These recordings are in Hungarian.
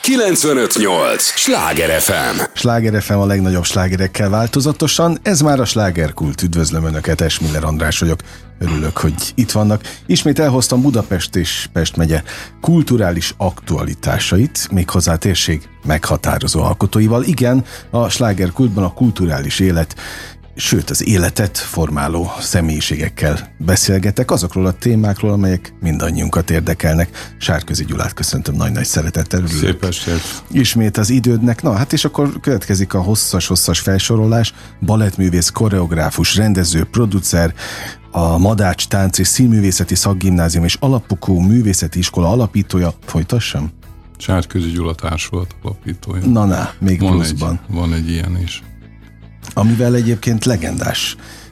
95.8 Sláger FM. Sláger FM a legnagyobb slágerekkel változatosan. Ez már a Slágerkult. Üdvözlöm Önöket, Esmiller András vagyok. Örülök, hogy itt vannak. Ismét elhoztam Budapest és Pest megye kulturális aktualitásait, méghozzá a térség meghatározó alkotóival. Igen, a Slágerkultban a kulturális élet, sőt az életet formáló személyiségekkel beszélgetek, azokról a témákról, amelyek mindannyiunkat érdekelnek. Sárközi Gyulát köszöntöm nagy-nagy szeretettel. Szép estét. Ismét az idődnek. Na, hát és akkor következik a hosszas felsorolás. Balettművész, koreográfus, rendező, producer, a Madács Tánc és Színművészeti Szakgimnázium és Alapokó Művészeti Iskola alapítója. Folytassam? Sárközi Gyula társulat alapítója. Na, még pluszban. Van egy ilyen is. Amivel egyébként legendás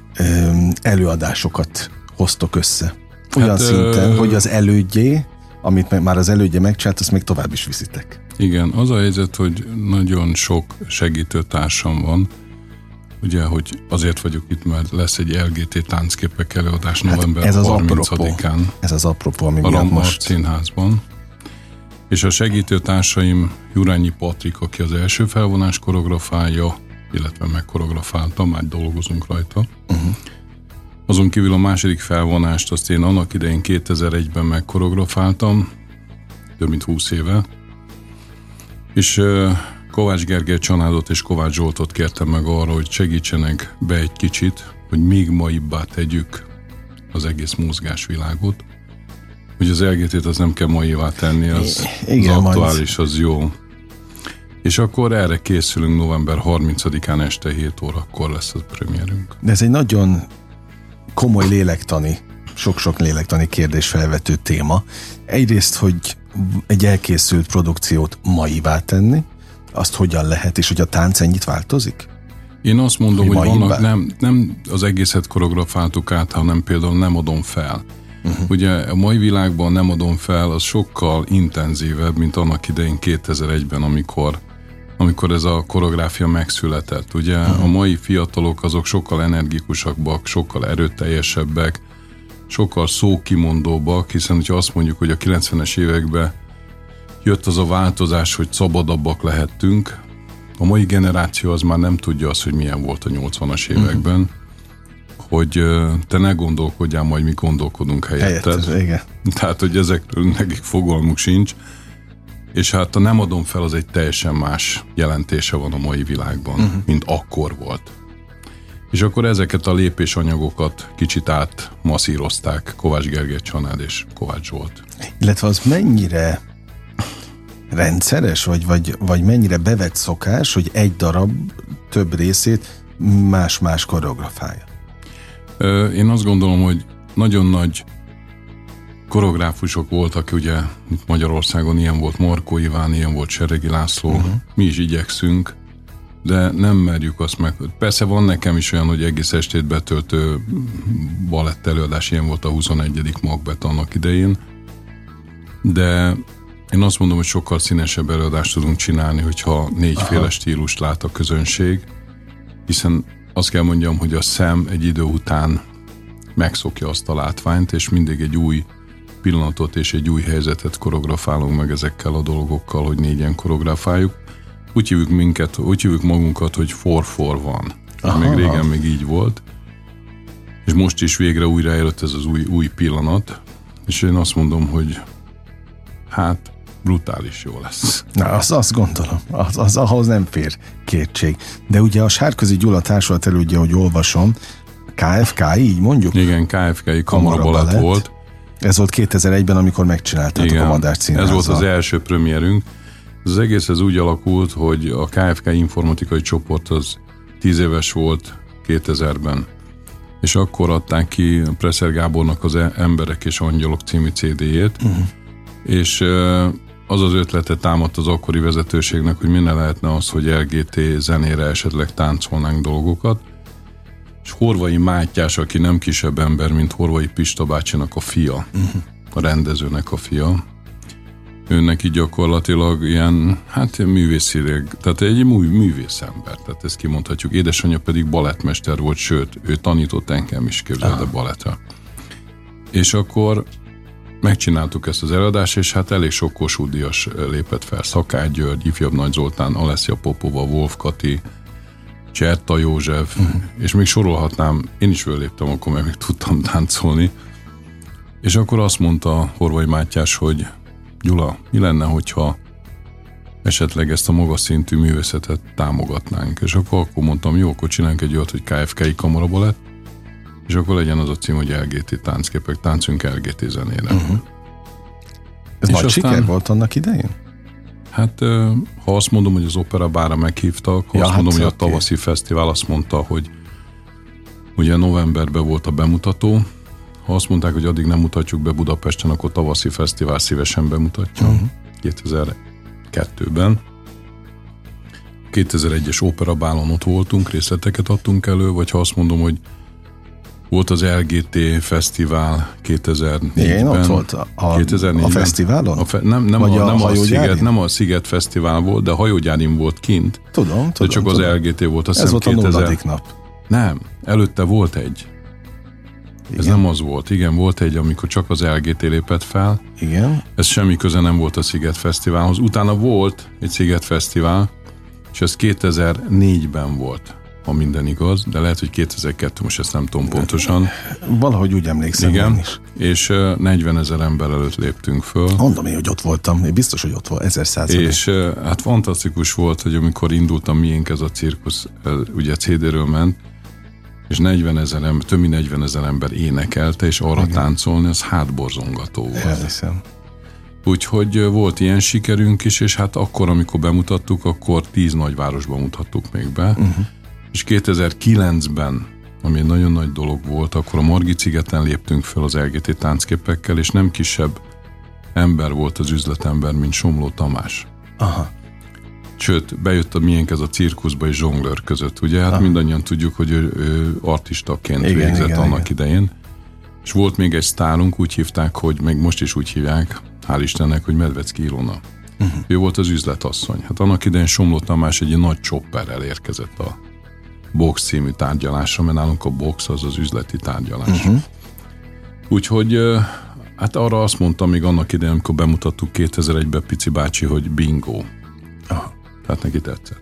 előadásokat hoztok össze. Olyan szinten, hogy az elődjé, amit már az elődje megcsinált, azt még tovább is viszitek. Igen, az a helyzet, hogy nagyon sok segítőtársam van. Ugye, hogy azért vagyok itt, mert lesz egy LGT táncképek előadás november 30-án. Ez az apropó, ami a miatt Rammart Színházban. És a segítőtársaim Jurányi Patrik, aki az első felvonás koreografálja, illetve megkoreografáltam, már dolgozunk rajta. Azon kívül a második felvonást azt én annak idején 2001-ben megkoreografáltam, több mint 20 éve, és Kovács Gergely Csanádot és Kovács Zsoltot kértem meg arra, hogy segítsenek be egy kicsit, hogy még maibbá tegyük az egész mozgásvilágot, hogy az LGT-t az nem kell maivá tenni, az aktuális, az jó. És akkor erre készülünk, november 30-án este 7 órakor lesz a premierünk. De ez egy nagyon komoly lélektani, sok-sok lélektani kérdés felvető téma. Egyrészt, hogy egy elkészült produkciót maivá tenni, azt hogyan lehet, és hogy a tánc ennyit változik? Én azt mondom, hogy vannak, nem az egészet koreografáltuk át, hanem például Nem adom fel. Ugye a mai világban Nem adom fel, az sokkal intenzívebb, mint annak idején 2001-ben, amikor ez a koreográfia megszületett. Ugye a mai fiatalok azok sokkal energikusabbak, sokkal erőteljesebbek, sokkal szókimondóbbak, hiszen hogyha azt mondjuk, hogy a 90-es években jött az a változás, hogy szabadabbak lehettünk, a mai generáció az már nem tudja azt, hogy milyen volt a 80-as években, hogy te ne gondolkodjál, majd mi gondolkodunk helyetted. Igen. Tehát, hogy ezekről nekik fogalmuk sincs, és hát a Nem adom fel, az egy teljesen más jelentése van a mai világban, mint akkor volt. És akkor ezeket a lépésanyagokat kicsit átmasszírozták Kovács Gergely Csanád és Kovács Zsolt. Illetve az mennyire rendszeres, vagy mennyire bevett szokás, hogy egy darab több részét más-más koreografálja? Én azt gondolom, hogy nagyon nagy koreográfusok voltak, ugye Magyarországon ilyen volt Markó Iván, ilyen volt Seregi László, mi is igyekszünk, de nem merjük azt meg. Persze van nekem is olyan, hogy egész estét betöltő balett előadás, ilyen volt a 21. Macbeth annak idején, de én azt mondom, hogy sokkal színesebb előadást tudunk csinálni, hogyha négyféle stílust lát a közönség, hiszen azt kell mondjam, hogy a szem egy idő után megszokja azt a látványt, és mindig egy új pillanatot és egy új helyzetet koreografálunk meg ezekkel a dolgokkal, hogy négyen koreografáljuk. Úgy hívjuk magunkat, hogy 4-4-1. Még régen még így volt. És most is végre újra előtt ez az új pillanat. És én azt mondom, hogy hát brutális jó lesz. Na, azt gondolom. Az ahhoz nem fér kétség. De ugye a Sárközi Gyula társulat elődje, hogy olvasom, KFK, így mondjuk? Igen, KFK-i kamarabalett volt. Ez volt 2001-ben, amikor megcsináltátok a Madács Színházat. Ez volt az első premierünk. Az egész ez úgy alakult, hogy a KFK informatikai csoport az 10 éves volt 2000-ben. És akkor adták ki Presser Gábornak az Emberek és Angyalok című CD-jét. És az az ötlete támadt az akkori vezetőségnek, hogy minden lehetne az, hogy LGT zenére esetleg táncolnánk dolgokat. És Horvai Mátyás, aki nem kisebb ember, mint Horvai Pista bácsinak a fia, a rendezőnek a fia. Ő neki gyakorlatilag ilyen, hát művészileg, tehát egy művész ember, tehát ezt kimondhatjuk. Édesanyja pedig balettmester volt, sőt, ő tanított engem is, képzeld a balettre. És akkor megcsináltuk ezt az előadást, és hát elég sok Kossuth Díjas lépett fel. Szakály György, Ifjabb Nagy Zoltán, Alessia Popova, Wolf Kati, Cserta József, és még sorolhatnám, én is föléptem akkor, mert még tudtam táncolni. És akkor azt mondta Horvai Mátyás, hogy Gyula, mi lenne, hogyha esetleg ezt a magas szintű művészetet támogatnánk. És akkor mondtam, jó, akkor csináljunk egy olyat, hogy KFK-i kamarabalett, és akkor legyen az a cím, hogy LGT táncképek, táncunk LGT zenére. Ez nagy siker volt annak idején? Hát, ha azt mondom, hogy az Opera Bárra meghívtak, ha azt mondom, hogy a tavaszi fesztivál azt mondta, hogy ugye novemberben volt a bemutató, ha azt mondták, hogy addig nem mutatjuk be Budapesten, akkor tavaszi fesztivál szívesen bemutatja. 2002-ben. 2001-es Opera Bálon ott voltunk, részleteket adtunk elő, vagy ha azt mondom, hogy volt az LGT fesztivál 2004-ben. Igen, ott volt a fesztiválon? Nem a Sziget fesztivál volt, de a Hajógyárin volt kint. Tudom. De csak az LGT volt. Ez volt a 0. nap. Nem, előtte volt egy. Igen. Ez nem az volt. Igen, volt egy, amikor csak az LGT lépett fel. Igen. Ez semmi köze nem volt a Sziget fesztiválhoz. Utána volt egy Sziget fesztivál, és ez 2004-ben volt, ha minden igaz, de lehet, hogy 2002, most ezt nem tudom pontosan. Valahogy úgy emlékszem. Igen, és 40 000 ember előtt léptünk föl. Mondom én, hogy ott voltam, én biztos, hogy ott volt, 1000%. És hát fantasztikus volt, hogy amikor indultam Miénk ez a cirkusz, ugye CD-ről ment, és 40 000 ember, több mint 40 000 ember énekelte, és arra táncolni, az hátborzongató volt. Elhiszem. Úgyhogy volt ilyen sikerünk is, és hát akkor, amikor bemutattuk, akkor 10 nagyvárosban mutattuk még be. És 2009-ben, ami egy nagyon nagy dolog volt, akkor a Margit-szigeten léptünk fel az LGT táncképekkel, és nem kisebb ember volt az üzletember, mint Somló Tamás. Aha. Sőt, bejött a Miénk ez a cirkuszba és zsonglőr között, ugye? Hát mindannyian tudjuk, hogy ő artistaként végzett annak idején. És volt még egy sztárunk, úgy hívták, hogy még most is úgy hívják, hál' Istennek, hogy Medvecki Ilona. Ő volt az üzletasszony. Hát annak idején Somló Tamás egy nagy chopperrel érkezett a box című tárgyalásra, mert nálunk a box az az üzleti tárgyalás. Úgyhogy hát arra azt mondtam még annak idején, amikor bemutattuk 2001-ben Pici bácsi, hogy bingo. Tehát neki tetszett.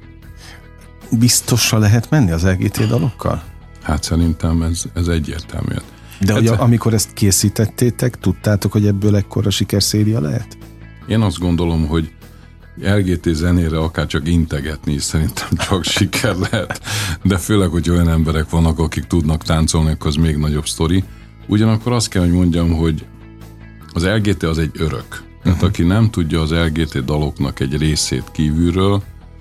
Biztosra lehet menni az LGT dalokkal? Hát szerintem ez egyértelmű. De ugye, amikor ezt készítettétek, tudtátok, hogy ebből ekkora sikerszéria lehet? Én azt gondolom, hogy LGT zenére akár csak integetni is szerintem csak siker lehet, de főleg, hogy olyan emberek vannak, akik tudnak táncolni, az még nagyobb sztori. Ugyanakkor azt kell, hogy mondjam, hogy az LGT az egy örök. Tehát aki nem tudja az LGT daloknak egy részét kívülről,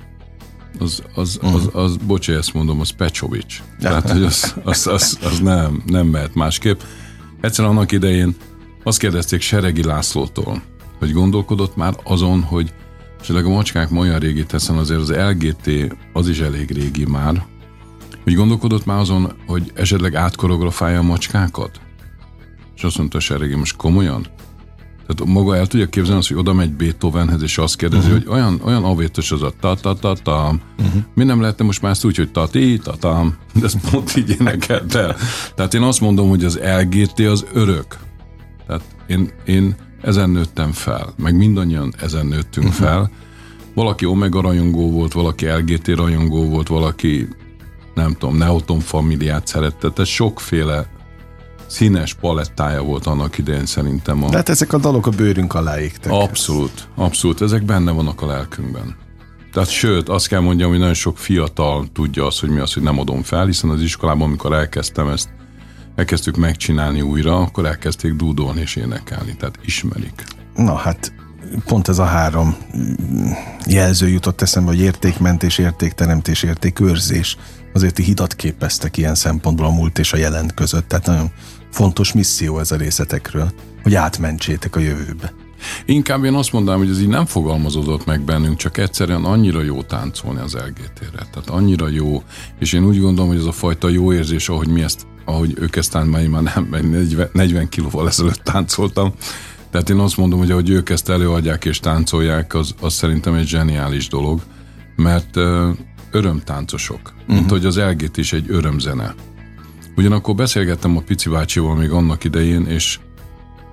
az bocsánat, ezt mondom, az Pecsovics. Tehát, hogy az nem mehet másképp. Egyszerűen annak idején azt kérdezték Seregi Lászlótól, hogy gondolkodott már azon, hogy esetleg a macskák ma olyan régi teszem, azért az LGT az is elég régi már, hogy gondolkodott már azon, hogy esetleg átkoreografálja a macskákat? És azt mondta Seregi, most komolyan? Tehát maga el tudja képzelni azt, hogy oda megy Beethovenhez, és azt kérdezi, hogy olyan avétos az a ta-ta-ta-tam. Mi nem lehetne most már ezt úgy, hogy ta-ti-ta-tam, de ezt pont így énekelt el. Tehát én azt mondom, hogy az LGT az örök. Tehát én ezen nőttem fel, meg mindannyian ezen nőttünk fel. Valaki Omega rajongó volt, valaki LGT rajongó volt, valaki nem tudom, Neoton familiát szerette, tehát sokféle színes palettája volt annak idején szerintem. De hát ezek a dalok a bőrünk alá égtek. Abszolút, ezek benne vannak a lelkünkben. Tehát sőt, azt kell mondjam, hogy nagyon sok fiatal tudja azt, hogy mi az, hogy nem adom fel, hiszen az iskolában, amikor elkezdtük megcsinálni újra, akkor elkezdték dúdolni és énekelni, tehát ismerik. Na hát, pont ez a 3 jelző jutott eszembe, hogy értékmentés, értékteremtés, értékőrzés. Azért ti hidat képeztek ilyen szempontból a múlt és a jelen között, tehát nagyon fontos misszió ez a részletekről, hogy átmentsétek a jövőbe. Inkább én azt mondanám, hogy ez így nem fogalmazódott meg bennünk, csak egyszerűen annyira jó táncolni az LGT-re, tehát annyira jó, és én úgy gondolom, hogy ez a fajta jó érzés, ahogy ők ezt már nem 40 kilóval ezelőtt táncoltam, tehát én azt mondom, hogy ahogy ők ezt előadják és táncolják, az szerintem egy zseniális dolog, mert örömtáncosok, mint hogy az LGT is egy örömzene. Ugyanakkor beszélgettem a Pici bácsival még annak idején, és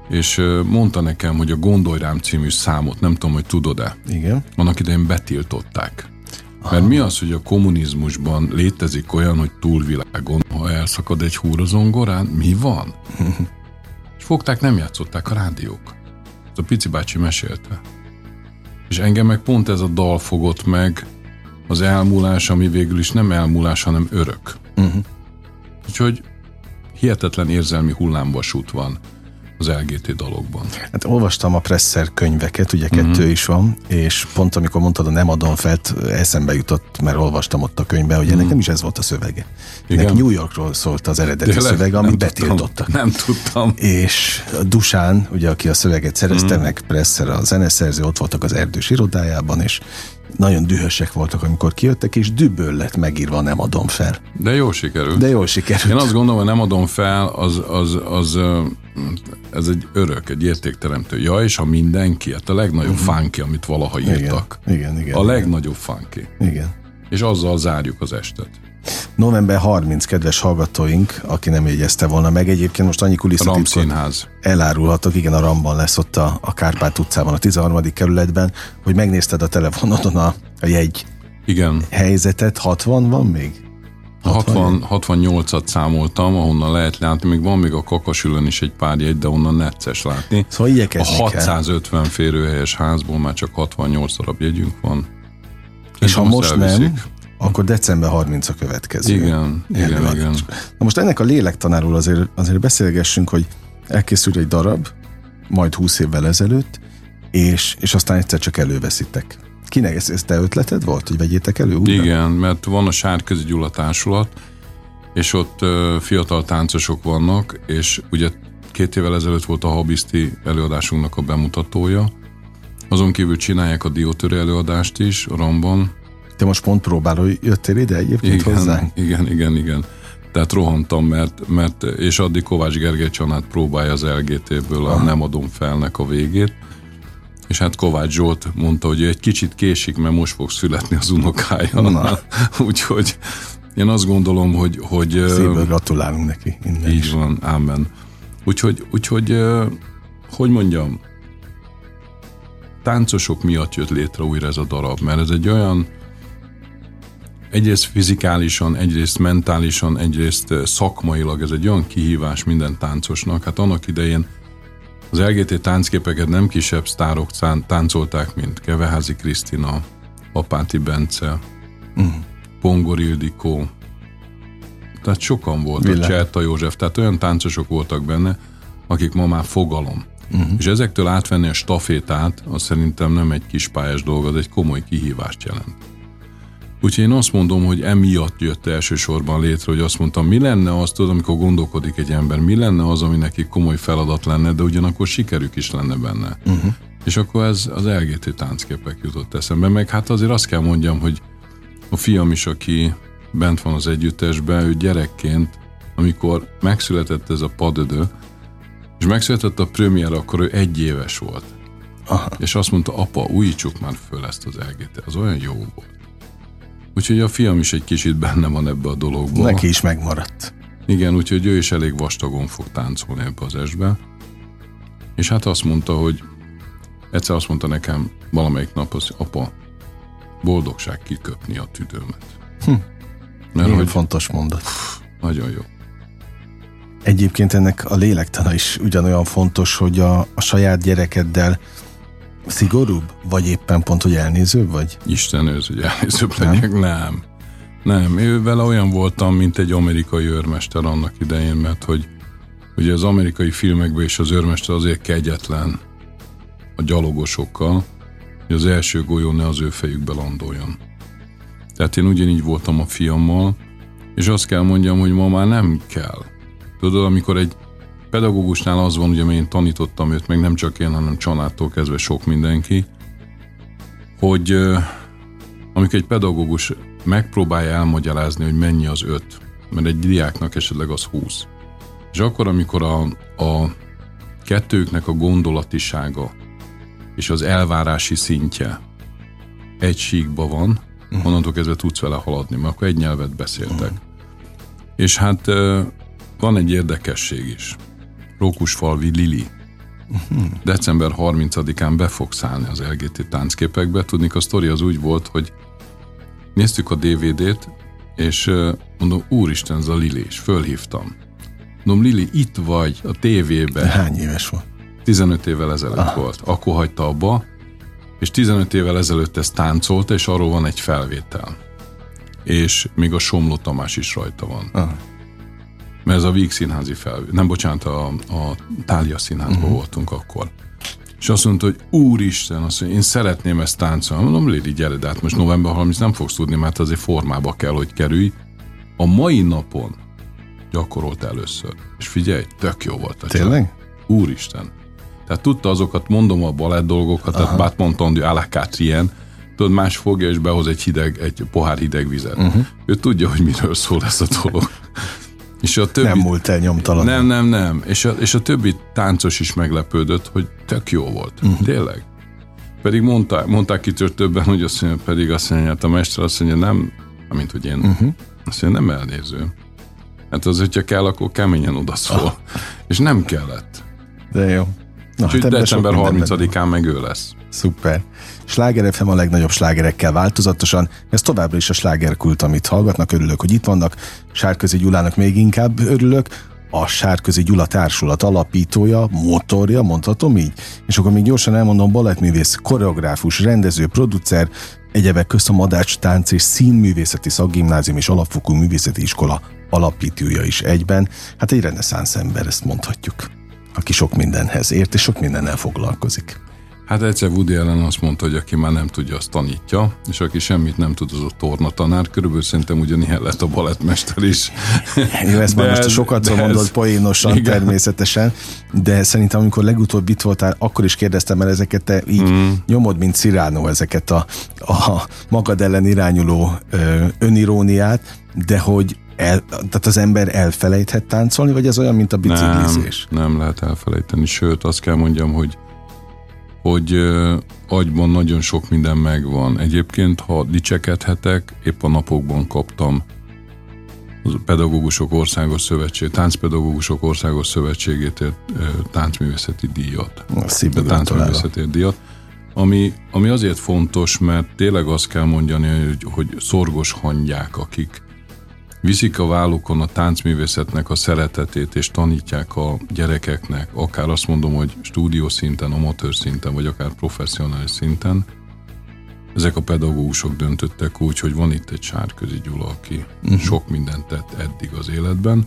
és mondta nekem, hogy a Gondolj rám című számot, nem tudom, hogy tudod-e, Igen. annak idején betiltották. Mert mi az, hogy a kommunizmusban létezik olyan, hogy túlvilágon, ha elszakad egy húr a zongorán, mi van? És fogták, nem játszották a rádiók. Ez a pici bácsi mesélte. És engem meg pont ez a dal fogott meg, az elmúlás, ami végül is nem elmúlás, hanem örök. Úgyhogy hihetetlen érzelmi hullámvasút van az LGT dalokban. Hát olvastam a Presser könyveket, ugye 2 is van, és pont amikor mondtad a Nem adom felt, eszembe jutott, mert olvastam ott a könyvben, hogy ennek nem is ez volt a szövege. Ennek New Yorkról szólt az eredeti szövege, amit betiltottak. Nem tudtam. És Dusán, ugye, aki a szöveget szerezte, meg Presser a zeneszerző, ott voltak az Erdős irodájában, és nagyon dühösek voltak, amikor kijöttek, és dübből lett megírva Nem adom fel. De jól sikerült. Én azt gondolom, hogy Nem adom fel, ez egy örök, egy értékteremtő. Ja, és a mindenki, hát a legnagyobb funky, amit valaha írtak. Igen. A legnagyobb funky. Igen. És azzal zárjuk az estet. November 30, kedves hallgatóink, aki nem jegyezte volna meg, egyébként most annyi kulisszatitkot elárulhatok, igen, a Ramban lesz ott a Kárpát utcában, a 13. kerületben, hogy megnézted a telefonodon a jegy helyzetet, 60 van még? 68-at számoltam, ahonnan lehet látni, még van még a Kakasülön is egy pár jegy, de onnan necces látni. Szóval igyekezni a 650 férőhelyes házból már csak 68 darab jegyünk van. És ha most nem, akkor december 30 a következő. Igen. Na most ennek a lélektanáról azért beszélgessünk, hogy elkészül egy darab, majd 20 évvel ezelőtt, és aztán egyszer csak előveszitek. Kinek ez te ötleted volt, hogy vegyétek elő újra? Igen, mert van a Sárközi Gyula Társulat, és ott fiatal táncosok vannak, és ugye 2 évvel ezelőtt volt a Habiszti előadásunknak a bemutatója. Azon kívül csinálják a Diótörő előadást is a Ramban. Te most pont próbáló jöttél ide egyébként hozzánk? Igen. Tehát rohantam, mert és addig Kovács Gergely Csanát próbálja az LGT-ből a Nem adom felnek a végét. És hát Kovács Zsolt mondta, hogy egy kicsit késik, mert most fog születni az unokája. Úgyhogy én azt gondolom, hogy szépen gratulálunk neki. Így is van, ámen. Úgyhogy hogy mondjam, táncosok miatt jött létre újra ez a darab, mert ez egy olyan, egyrészt fizikálisan, egyrészt mentálisan, egyrészt szakmailag ez egy olyan kihívás minden táncosnak. Hát annak idején az LGT táncképeket nem kisebb sztárok táncolták, mint Keveházi Krisztina, Apáti Bence, Pongor Ildikó, tehát sokan voltak, Cserta József, tehát olyan táncosok voltak benne, akik ma már fogalom. És ezektől átvenni a stafétát, az szerintem nem egy kis pályás dolog, az egy komoly kihívást jelent. Úgyhogy én azt mondom, hogy emiatt jött elsősorban létre, hogy azt mondtam, mi lenne az, tudod, amikor gondolkodik egy ember, mi lenne az, ami neki komoly feladat lenne, de ugyanakkor sikerük is lenne benne. És akkor ez az LGT táncképek jutott eszembe, meg hát azért azt kell mondjam, hogy a fiam is, aki bent van az együttesben, ő gyerekként, amikor megszületett ez a Padödö, és megszületett a premier, akkor ő 1 éves volt. És azt mondta, apa, újítsuk már föl ezt az LGT, az olyan jó volt. Úgyhogy a fiam is egy kicsit benne van ebbe a dologban. Neki is megmaradt. Igen, úgyhogy ő is elég vastagon fog táncolni ebbe az estbe. És hát azt mondta, hogy egyszer azt mondta nekem valamelyik nap, az apa, boldogság kiköpni a tüdőmet. Nagyon fontos mondat. Nagyon jó. Egyébként ennek a lélektana is ugyanolyan fontos, hogy a saját gyerekeddel szigorúbb, vagy éppen pont, hogy elnézőbb vagy? Isten ősz, hogy elnézőbb legyek. Nem. Én vele olyan voltam, mint egy amerikai őrmester annak idején, mert hogy ugye az amerikai filmekben is az őrmester azért kegyetlen a gyalogosokkal, hogy az első golyó ne az ő fejükbe landoljon. Tehát én ugyanígy voltam a fiammal, és azt kell mondjam, hogy ma már nem kell. Tudod, amikor egy pedagógusnál az van, ugye én tanítottam őt, meg nem csak én, hanem családtól kezdve sok mindenki, hogy amikor egy pedagógus megpróbálja elmagyarázni, hogy mennyi az 5, mert egy diáknak esetleg az 20. És akkor, amikor a kettőknek a gondolatisága és az elvárási szintje egy síkba van, onnantól kezdve tudsz vele haladni, mert akkor egy nyelvet beszéltek. És hát van egy érdekesség is. Rókusfalvi Lili December 30-án be fog szállni az LGT táncképekbe. Tudnik, a sztori az úgy volt, hogy néztük a DVD-t, és mondom, úristen, ez a Lili, és fölhívtam. Mondom, Lili, itt vagy a tévében. Hány éves volt? 15 évvel ezelőtt volt. Akkor hagyta abba, és 15 évvel ezelőtt ezt táncolta, és arról van egy felvétel. És még a Somló Tamás is rajta van. Mert ez a Víg színházi felvétel. Nem, bocsánat, a Thália színházban voltunk akkor. És azt mondta, hogy úristen, azt mondja, én szeretném ezt táncolni. Mondom, Lili, gyere, de hát most november 30 nem fogsz tudni, mert azért formába kell, hogy kerülj. A mai napon gyakorolt először. És figyelj, tök jó volt a Tényleg? Úristen. Tehát tudta azokat, mondom a balett dolgokat, tehát Batman tendu à la quatrienne, tudod, más fogja és behoz egy pohár hideg vizet. Ő tudja, hogy miről szól ez a dolog. És a többi, nem múlt el nyomtalan. Nem. És a többi táncos is meglepődött, hogy tök jó volt. Tényleg. Pedig mondták ki többen, hogy azt mondja, hát a mester azt mondja, nem, amint hogy én, azt mondja, nem elnéző. Hát az, hogyha kell, akkor keményen odaszól. És nem kellett. De jó. Úgyhogy december 30-án meg ő lesz. Szuper. Sláger FM a legnagyobb slágerekkel változatosan. Ez továbbra is a slágerkult, amit hallgatnak. Örülök, hogy itt vannak. Sárközi Gyulának még inkább örülök. A Sárközi Gyula Társulat alapítója, motorja, mondhatom így. És akkor még gyorsan elmondom, balettművész, koreográfus, rendező, producer, egyebek közt a Madács Tánc és Színművészeti Szakgimnázium és Alapfokú Művészeti Iskola alapítója is egyben. Hát egy reneszánsz ember, ezt mondhatjuk, aki sok mindenhez ért, és sok mindennel foglalkozik. Hát egyszer Woody Allen azt mondta, hogy aki már nem tudja, azt tanítja, és aki semmit nem tud, az a tornatanár. Körülbelül szerintem ugyanilyen lett a balettmester is. Jó, ezt már most sokat mondod poénosan, igen. Természetesen, de szerintem amikor legutóbb itt voltál, akkor is kérdeztem, mert ezeket te így nyomod, mint Cyrano, ezeket a magad ellen irányuló öniróniát, de hogy tehát az ember elfelejthet táncolni, vagy ez olyan, mint a biciklizés? Nem lehet elfelejteni, sőt azt kell mondjam, hogy agyban nagyon sok minden megvan. Egyébként, ha dicsekedhetek, épp a napokban kaptam a Pedagógusok Országos Szövetség, Táncpedagógusok Országos Szövetségétől táncművészeti díjat. Táncművészeti díjat. Ami azért fontos, mert tényleg azt kell mondani, hogy szorgos hangyák, akik viszik a vállukon a táncművészetnek a szeretetét, és tanítják a gyerekeknek, akár azt mondom, hogy stúdiószinten, amatőr szinten, vagy akár professzionális szinten. Ezek a pedagógusok döntöttek úgy, hogy van itt egy Sárközi Gyula, aki sok mindent tett eddig az életben.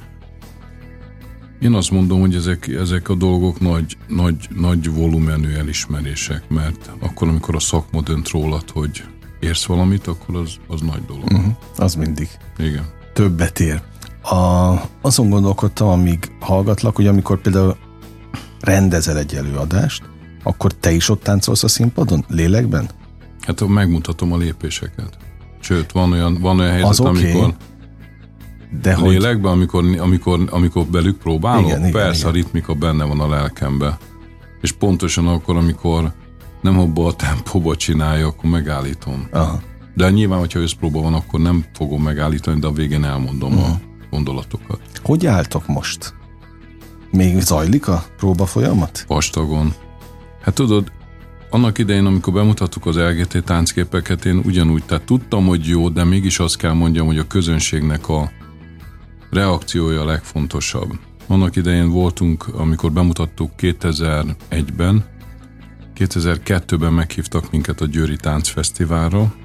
Én azt mondom, hogy ezek a dolgok nagy volumenű elismerések, mert akkor, amikor a szakma dönt rólad, hogy érsz valamit, akkor az nagy dolog. Az mindig. Igen. Többet ér. Azon gondolkodtam, amíg hallgatlak, hogy amikor például rendezel egy előadást, akkor te is ott táncolsz a színpadon? Lélekben? Hát megmutatom a lépéseket. Sőt, van olyan helyzet, amikor de lélekben, amikor belük próbálok, igen, persze igen. A ritmika benne van a lelkembe. És pontosan akkor, amikor nem abba a tempóba csinálja, akkor megállítom. Aha. De nyilván, hogyha összpróba van, akkor nem fogom megállítani, de a végén elmondom a gondolatokat. Hogy álltok most? Még zajlik a próba folyamat? Vastagon. Hát tudod, annak idején, amikor bemutattuk az LGT táncképeket, én ugyanúgy, tehát tudtam, hogy jó, de mégis azt kell mondjam, hogy a közönségnek a reakciója a legfontosabb. Annak idején voltunk, amikor bemutattuk 2001-ben, 2002-ben meghívtak minket a Győri Táncfesztiválra,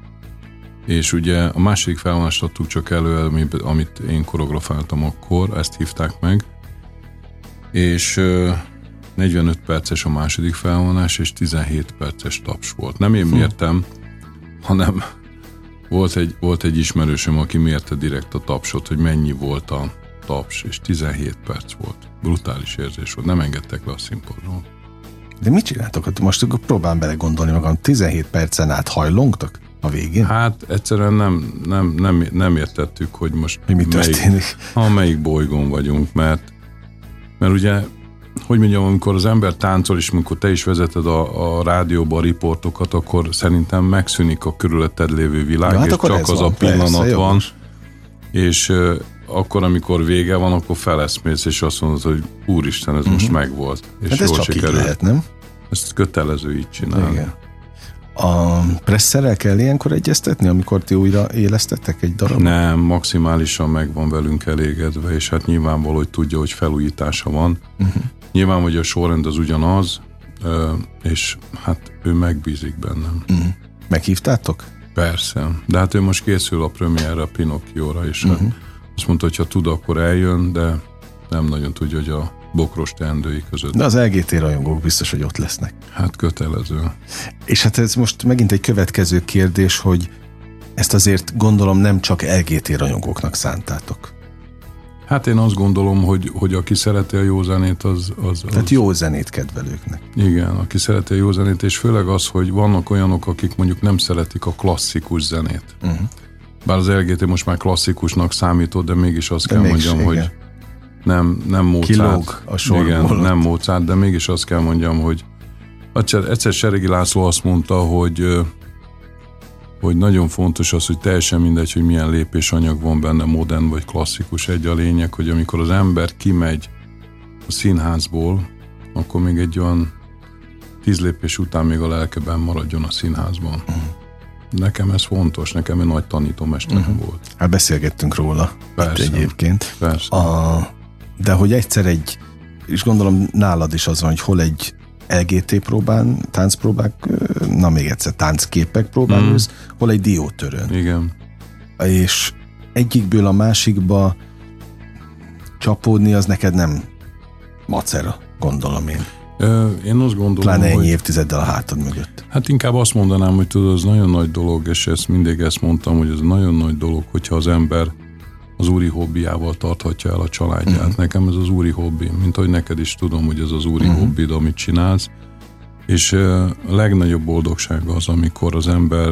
és ugye a második felvonást adtuk csak elő, amit én koreografáltam akkor, ezt hívták meg, és 45 perces a második felvonás, és 17 perces taps volt. Nem én mértem, hanem volt egy ismerősöm, aki mérte direkt a tapsot, hogy mennyi volt a taps, és 17 perc volt. Brutális érzés volt, nem engedtek le a színpadról. De mit csináltok? Most akkor próbálom belegondolni magam, 17 percen át hajlongtak a végén? Hát egyszerűen nem értettük, hogy most mi történik. Melyik bolygón vagyunk, mert ugye, hogy mondjam, amikor az ember táncol, és amikor te is vezeted a rádióba a riportokat, akkor szerintem megszűnik a körülötted lévő világ, és csak az a pillanat van. És akkor, amikor vége van, akkor feleszmész, és azt mondod, hogy úristen, ez most megvolt. És hát ez csak így lehet, nem? Ezt kötelező így csinálni. Igen. A presszerrel kell ilyenkor egyeztetni, amikor ti újra élesztettek egy darabot? Nem, maximálisan meg van velünk elégedve, és hát nyilvánvaló, hogy tudja, hogy felújítása van. Nyilván, hogy a sorrend az ugyanaz, és hát ő megbízik bennem. Meghívtátok? Persze, de hát ő most készül a premierre, a Pinocchióra, és hát azt mondta, hogy ha tud, akkor eljön, de nem nagyon tudja, hogy a bokros teendői között. De az LGT rajongók biztos, hogy ott lesznek. Hát kötelező. És hát ez most megint egy következő kérdés, hogy ezt azért gondolom nem csak LGT rajongóknak szántátok. Hát én azt gondolom, hogy aki szereti a jó zenét, az... Tehát jó zenét kedvelőknek. Igen, aki szereti a jó zenét, és főleg az, hogy vannak olyanok, akik mondjuk nem szeretik a klasszikus zenét. Bár az LGT most már klasszikusnak számított, de mégis azt kell mondjam, hogy nem Mozart. Kilóg a sorból. Igen, nem Mozart, de mégis azt kell mondjam, hogy egyszer Seregi László azt mondta, hogy nagyon fontos az, hogy teljesen mindegy, hogy milyen lépésanyag van benne, modern vagy klasszikus, egy a lényeg, hogy amikor az ember kimegy a színházból, akkor még egy olyan 10 lépés után még a lelkeben maradjon a színházban. Nekem ez fontos, nekem egy nagy tanítómesterem volt. Hát beszélgettünk róla. Persze. Egyébként. Persze. De hogy egyszer és gondolom nálad is az van, hogy hol egy LGT próbán, táncpróbák, még egyszer táncképek próbán ülsz, hol egy diótörőn. Igen. És egyikből a másikba csapódni, az neked nem macera, gondolom én. Én azt gondolom, pláne ennyi évtizeddel a hátad mögött. Hát inkább azt mondanám, hogy tudod, az nagyon nagy dolog, és mindig ezt mondtam, hogy ez nagyon nagy dolog, hogyha az ember az úri hobbiával tarthatja el a családját. Nekem ez az úri hobbi, mint ahogy neked is tudom, hogy ez az úri hobbid, amit csinálsz. És a legnagyobb boldogság az, amikor az ember,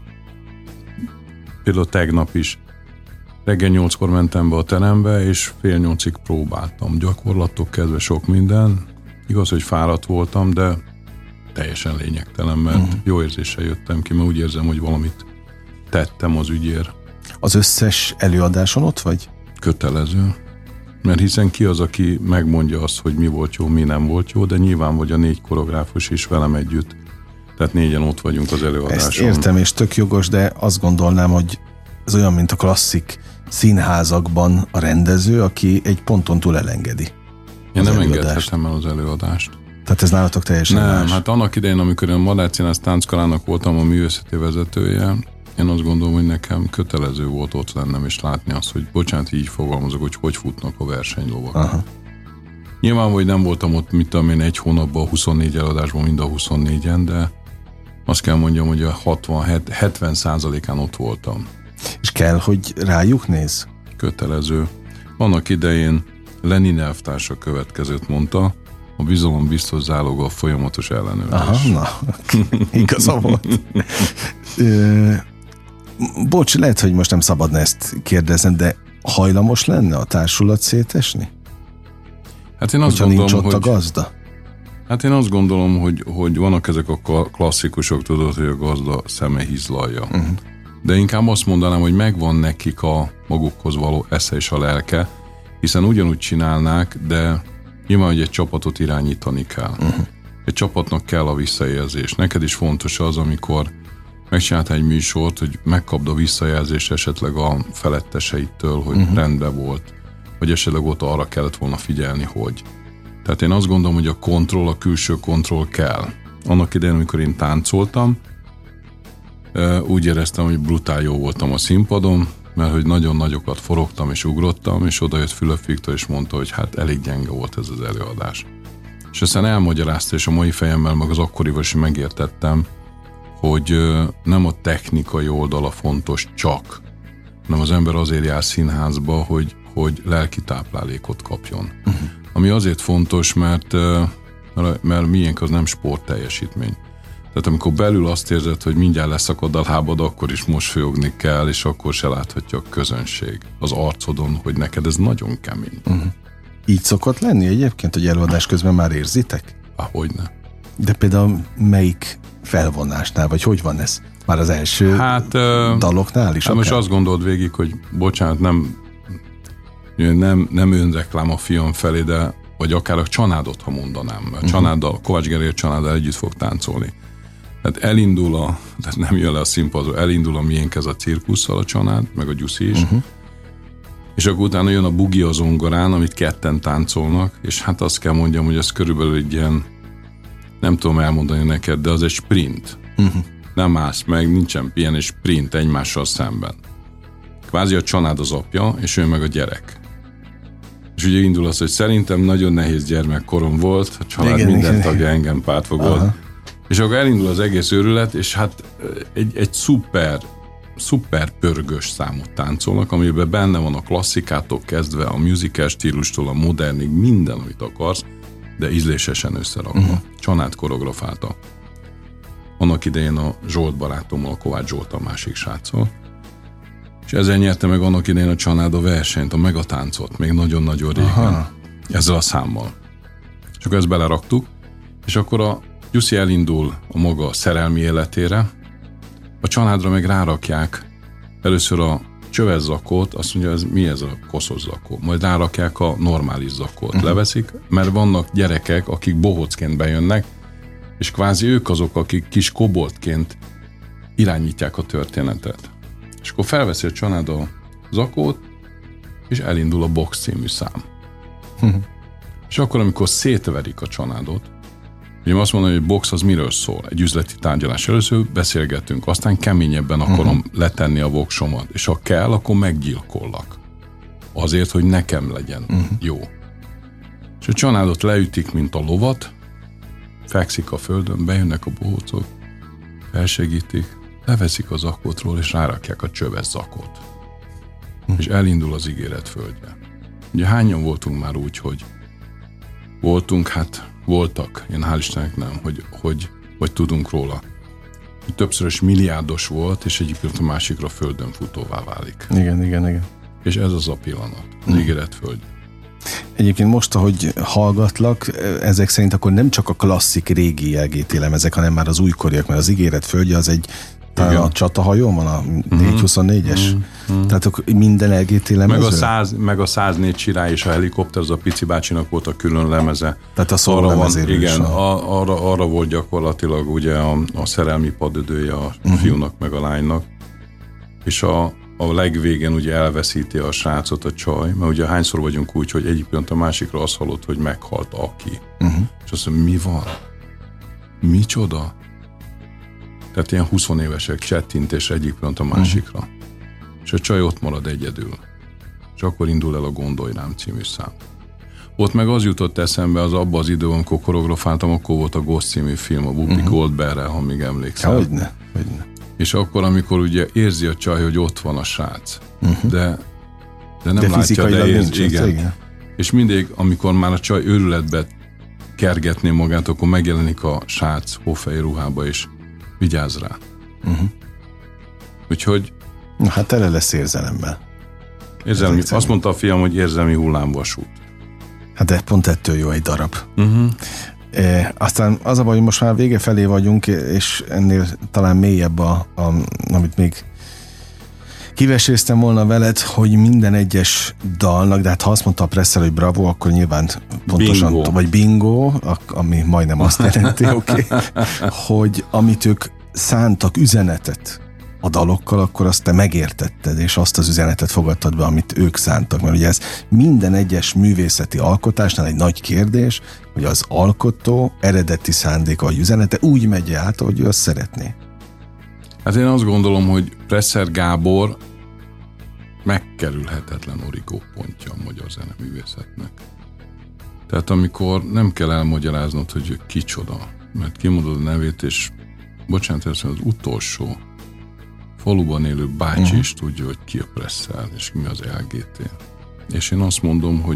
például tegnap is, reggel 8-kor mentem be a terembe, és 7:30-ig próbáltam. Gyakorlatok kedve, sok minden. Igaz, hogy fáradt voltam, de teljesen lényegtelen, mert jó érzéssel jöttem ki, mert úgy érzem, hogy valamit tettem az ügyért. Az összes előadáson ott vagy? Kötelező. Mert hiszen ki az, aki megmondja azt, hogy mi volt jó, mi nem volt jó, de nyilván vagy a 4 koreográfus is velem együtt. Tehát 4-en ott vagyunk az előadáson. Ezt értem, és tök jogos, de azt gondolnám, hogy ez olyan, mint a klasszik színházakban a rendező, aki egy ponton túl elengedi. Én nem engedhetem el az előadást. Tehát ez nálatok teljesen nem, más? Hát annak idején, amikor én a Madách Színház tánckarának voltam a művészeti vezetője, én azt gondolom, hogy nekem kötelező volt ott lennem és látni azt, hogy bocsánat, így fogalmazok, hogy futnak a versenylovak. Aha. Nyilván, hogy nem voltam ott, mit tudom én, egy hónapban, 24 előadásban, mind a 24-en, de azt kell mondjam, hogy a 60-70%-án ott voltam. És kell, hogy rájuk néz? Kötelező. Annak idején Lenin elvtársa következőt mondta, a bizalom biztos záloga a folyamatos ellenőrzés. Aha, na, igaza volt. Bocs, lehet, hogy most nem szabadna ezt kérdezni, de hajlamos lenne a társulat szétesni? Hát én azt hogyha gondolom, nincs ott a gazda? Hát én azt gondolom, hogy vannak ezek a klasszikusok, tudod, hogy a gazda szeme hizlalja. De inkább azt mondanám, hogy megvan nekik a magukhoz való esze és a lelke, hiszen ugyanúgy csinálnák, de nyilván, hogy egy csapatot irányítani kell. Egy csapatnak kell a visszajelzés. Neked is fontos az, amikor megcsináltál egy műsort, hogy megkapd a visszajelzést esetleg a feletteseitől, hogy rendben volt, vagy esetleg ott arra kellett volna figyelni, hogy. Tehát én azt gondolom, hogy a kontroll, a külső kontroll kell. Annak idején, amikor én táncoltam, úgy éreztem, hogy brutál jó voltam a színpadon, mert hogy nagyon nagyokat forogtam és ugrottam, és odajött Fülöp Viktor és mondta, hogy hát elég gyenge volt ez az előadás. És aztán elmagyarázta, és a mai fejemmel meg az akkorival is megértettem, hogy nem a technikai oldala fontos csak, hanem az ember azért jár színházba, hogy lelki táplálékot kapjon. Ami azért fontos, mert miénk az nem sportteljesítmény. Tehát amikor belül azt érzed, hogy mindjárt leszakad a lábad, akkor is mosolyogni kell, és akkor se láthatja a közönség az arcodon, hogy neked ez nagyon kemény. Így szokott lenni egyébként, hogy előadás közben már érzitek? Hogyne. De például melyik felvonásnál, vagy hogy van ez? Már az első daloknál is? Hát most azt gondold végig, hogy bocsánat, nem nem önreklám a fiam felé, de vagy akár a Csanádot, ha mondanám. A Csanáddal, Kovács Gergely Csanáddal együtt fog táncolni. Tehát tehát nem jön le a színpadról, elindul a Miénk ez a cirkusszal a Csanád, meg a Gyuszi is, és akkor utána jön a bugi a zongorán, amit ketten táncolnak, és hát azt kell mondjam, hogy ez körülbelül egy ilyen, nem tudom elmondani neked, de az egy sprint. Nem állsz meg, nincsen ilyen egy sprint egymással szemben. Kvázi a Csanád az apja, és ő meg a gyerek. És ugye indul az, hogy szerintem nagyon nehéz gyermekkorom volt, a család minden tagja engem pártfogolt. És akkor elindul az egész őrület, és hát egy szuper pörgős számot táncolnak, amiben benne van a klasszikától kezdve, a musical stílustól a modernig, minden, amit akarsz, de ízlésesen összerakva. Csanád koreografálta. Annak idején a Zsolt barátommal, a Kovács Zsolt a másik sráccal. És ezzel nyerte meg annak idején a Csanád a versenyt, a megatáncot, még nagyon-nagyon régen. Ezzel a számmal. És akkor ezt beleraktuk, és akkor a Gyuszi elindul a maga szerelmi életére, a Csanádra meg rárakják először a csöves zakót, azt mondja, mi ez a koszos zakó? Majd rárakják a normális zakót. Leveszik, mert vannak gyerekek, akik bohócként bejönnek, és kvázi ők azok, akik kis koboltként irányítják a történetet. És akkor felveszi a Csanád a zakót, és elindul a Box című szám. És akkor, amikor szétverik a Csanádot, ugye azt mondom, hogy Box az miről szól? Egy üzleti tárgyalás. Először beszélgetünk, aztán keményebben akarom letenni a voksomat, és ha kell, akkor meggyilkollak. Azért, hogy nekem legyen jó. És a Csanádot leütik, mint a lovat, fekszik a földön, bejönnek a bohócok, felsegítik, leveszik a zakótról, és rárakják a csöves zakót. És elindul az ígéret földje. Ugye hányan voltunk már úgy, hogy voltak, én hál' Istennek nem, hogy tudunk róla. Többszörös milliárdos volt, és egyik pillanat a másikra földön futóvá válik. Igen. És ez az a pillanat, az ígéret földje. Egyébként most, ahogy hallgatlak, ezek szerint akkor nem csak a klasszik régi LGT lemezek, hanem már az újkoriak, mert az ígéret földje az egy talán a csatahajón van, a 424-es. Tehát akkor minden LGT lemező? Meg a 104 Csirály és a Helikopter, az a Pici bácsinak volt a külön lemeze. Tehát a szóló lemezéről. Igen, arra volt gyakorlatilag ugye a szerelmi padödője a fiúnak meg a lánynak. És a legvégén ugye elveszíti a srácot a csaj, mert ugye hányszor vagyunk úgy, hogy egyik pillanat a másikra azt hallott, hogy meghalt aki. És azt mondja, mi van? Micsoda? Tehát ilyen 20 évesek csettintés egyik pillanat a másikra. És a csaj ott marad egyedül. És akkor indul el a Gondolj rám című szám. Ott meg az jutott eszembe, az abban az időben, amikor koreografáltam, akkor volt a Ghost című film, a Whoopi Goldberg-rel, ha még emlékszel. Hogyne. És akkor, amikor ugye érzi a csaj, hogy ott van a srác, de nem látja, de érzi. Igen. És mindig, amikor már a csaj őrületbe kergetné magát, akkor megjelenik a srác hófehér ruhába, és vigyázz rá. Úgyhogy... Hát tele lesz érzelemmel. Azt mondta a fiam, hogy érzelmi hullámvasút. Hát de pont ettől jó egy darab. Aztán az a baj, hogy most már vége felé vagyunk, és ennél talán mélyebb amit még kiveséztem volna veled, hogy minden egyes dalnak, de hát ha azt mondta a Presszer, hogy bravo, akkor nyilván pontosan, bingo. Vagy bingo, ami majdnem azt jelenti, hogy amit ők szántak üzenetet a dalokkal, akkor azt te megértetted, és azt az üzenetet fogadtad be, amit ők szántak. Mert ugye ez minden egyes művészeti alkotásnál egy nagy kérdés, hogy az alkotó eredeti szándéka, vagy üzenete úgy megy át, ahogy ő azt szeretné. Hát én azt gondolom, hogy Presser Gábor megkerülhetetlen origópontja a magyar zeneművészetnek. Tehát amikor nem kell elmagyaráznod, hogy ő kicsoda, mert kimondod a nevét, és bocsánat, ez az utolsó faluban élő bácsi is tudja, hogy ki a Presser, és mi az LGT. És én azt mondom, hogy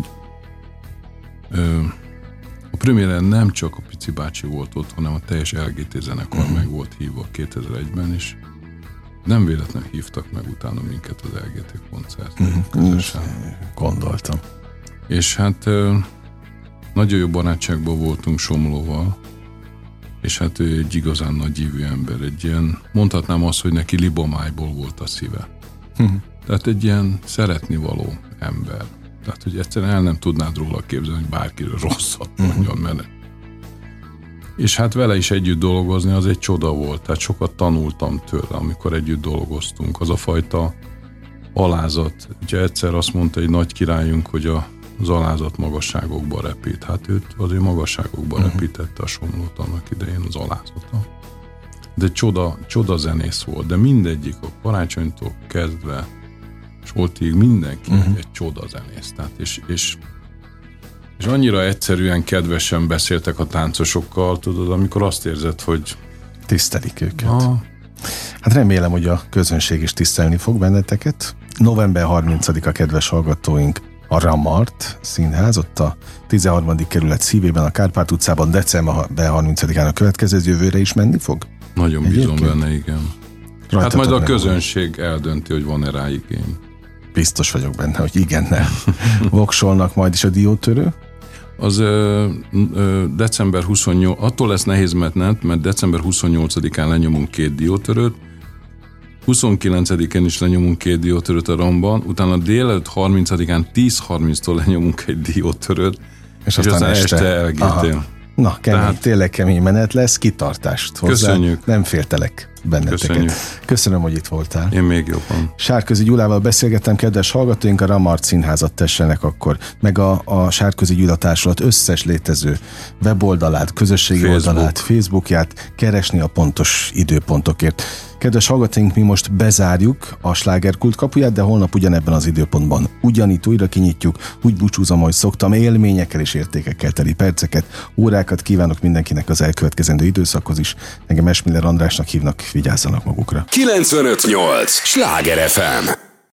a premiéren nem csak a Pici bácsi volt ott, hanem a teljes LGT zenekar meg volt hívva 2001-ben, és nem véletlenül hívtak meg utána minket az LGT koncertre. Gondoltam. És hát nagyon jó barátságban voltunk Somlóval, és hát ő egy igazán nagy ívű ember, egy ilyen, mondhatnám azt, hogy neki libomájból volt a szíve. Tehát egy ilyen szeretnivaló ember. Tehát, hogy egyszerűen el nem tudnád róla képzelni, hogy bárkiről rosszat mondjon, mert és hát vele is együtt dolgozni az egy csoda volt, tehát sokat tanultam tőle, amikor együtt dolgoztunk. Az a fajta alázat. Ugye egyszer azt mondta egy nagy királyunk, hogy az alázat magasságokba repít. Hát őt azért magasságokba repítette a Somlót annak idején az alázata. De csoda zenész volt, de mindegyik a Karácsonytól kezdve Soltig mindenki egy csoda zenész. Tehát és annyira egyszerűen, kedvesen beszéltek a táncosokkal, tudod, amikor azt érzed, hogy tisztelik őket. Hát remélem, hogy a közönség is tisztelni fog benneteket. November 30-a, kedves hallgatóink, a Ramart Színház, ott a 13. kerület szívében, a Kárpát utcában, december 30-án a következő jövőre is menni fog? Nagyon bízom benne, igen. Hát majd a közönség eldönti, hogy van-e rá igény. Biztos vagyok benne, hogy igennel voksolnak majd is a diótörő. Az december 28, attól lesz nehéz menetnem, mert december 28-án lenyomunk 2 diótörőt, 29-én is lenyomunk 2 diótörőt a Ramban, utána délelőtt 30-án 10:30-tól lenyomunk egy diótörőt, és aztán este LGT-n. Na, tényleg kemény menet lesz, kitartást hozzá. Köszönjük. Nem féltelek benneteket. Köszönjük. Köszönöm, hogy itt voltál. Én még jobban. Sárközi Gyulával beszélgettem, kedves hallgatóink, a Ramart Színházat tessenek akkor, meg a Sárközi Gyula Társulat összes létező weboldalát, közösségi oldalát, Facebookját keresni a pontos időpontokért. Kedves hallgatóink, mi most bezárjuk a Slágerkult kapuját, de holnap ugyanebben az időpontban ugyanitt újra kinyitjuk. Úgy búcsúzom, ahogy szoktam, élményekkel és értékekkel teli perceket, órákat kívánok mindenkinek az elkövetkezendő időszakhoz is. Engem Esmiller Andrásnak hívnak, vigyázzanak magukra. 95.8 Sláger FM.